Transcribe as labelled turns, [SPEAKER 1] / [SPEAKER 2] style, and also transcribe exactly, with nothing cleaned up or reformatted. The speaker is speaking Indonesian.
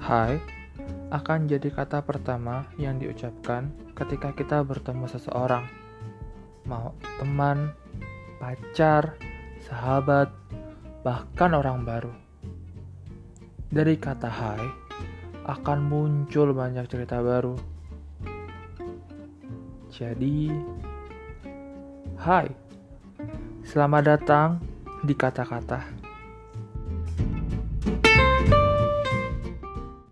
[SPEAKER 1] Hai akan jadi kata pertama yang diucapkan ketika kita bertemu seseorang, mau teman, pacar, sahabat, bahkan orang baru. Dari kata hai akan muncul banyak cerita baru. Jadi, hai, selamat datang di kata-kata.